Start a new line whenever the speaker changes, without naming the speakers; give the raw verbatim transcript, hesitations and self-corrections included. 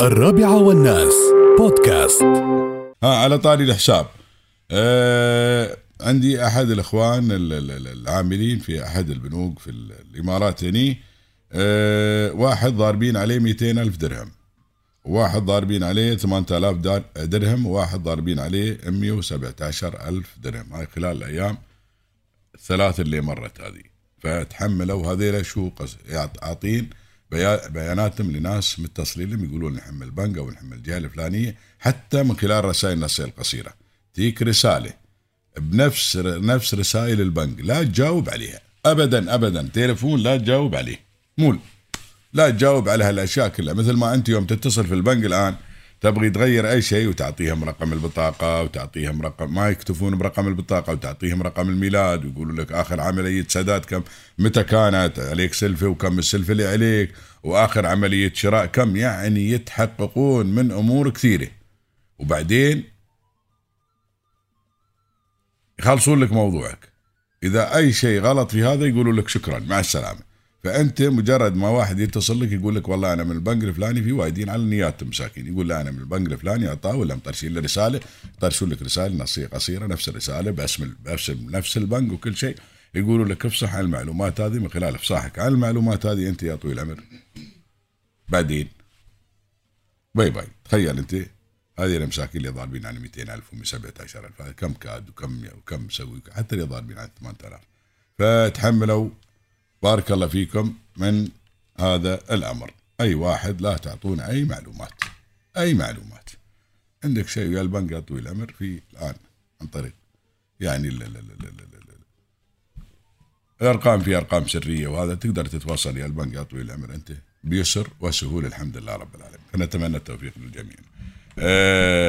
الرابعة والناس بودكاست.
ها على طاري الحساب، آه عندي أحد الإخوان العاملين في أحد البنوك في الإمارات هني، آه واحد ضاربين عليه مئتين ألف درهم، وواحد ضاربين عليه ثمانية آلاف درهم، وواحد ضاربين عليه مئة وسبعة عشر ألف درهم. هاي خلال الأيام الثلاث اللي مرت هذه. فتحملوا هذيلا شو عاطين بياناتهم لناس متصلين لهم يقولون نحن البنك أو نحن الجهة الفلانية، حتى من خلال رسائل النصية القصيرة تيك رسالة بنفس نفس رسائل البنك، لا تجاوب عليها أبدا أبدا. تليفون لا تجاوب عليه، مول لا تجاوب على هالأشياء كلها. مثل ما أنت يوم تتصل في البنك الآن تبغي تغير أي شيء وتعطيهم رقم البطاقة وتعطيهم رقم، ما يكتفون برقم البطاقة وتعطيهم رقم الميلاد ويقولوا لك آخر عملية سداد كم، متى كانت عليك سلفة وكم السلفة اللي عليك، وآخر عملية شراء كم. يعني يتحققون من أمور كثيرة، وبعدين يخلصون لك موضوعك. إذا أي شيء غلط في هذا يقولوا لك شكرا مع السلامة. فأنت مجرد ما واحد يتصل لك يقول لك والله أنا من البنك الفلاني، في وايدين على النيات مساكين يقول لا أنا من البنك الفلاني، أعطاه ولا مطرشين له رسالة، يطرشون لك رسالة نصية قصيرة نفس الرسالة باسم باسم نفس البنك وكل شيء، يقولوا لك افصح عن المعلومات هذه. من خلال افصاحك عن المعلومات هذه أنت يا طويل العمر بعدين باي باي. تخيل أنت هذه المساكين اللي ضاربين عن مئتين ألف وسبعة عشر ألف، كم كاد وكم وكم مسوي، حتى اللي ضاربين عن ثمانية آلاف. فتحملوا بارك الله فيكم من هذا الأمر. أي واحد لا تعطون أي معلومات، أي معلومات. عندك شيء ويا البنك يا طويل العمر في الآن عن طريق يعني لا لا لا لا لا لا. الأرقام في أرقام سرية، وهذا تقدر تتواصل يا البنك يا طويل العمر أنت بيسر وسهولة الحمد لله رب العالمين. فنتمنى التوفيق للجميع. أه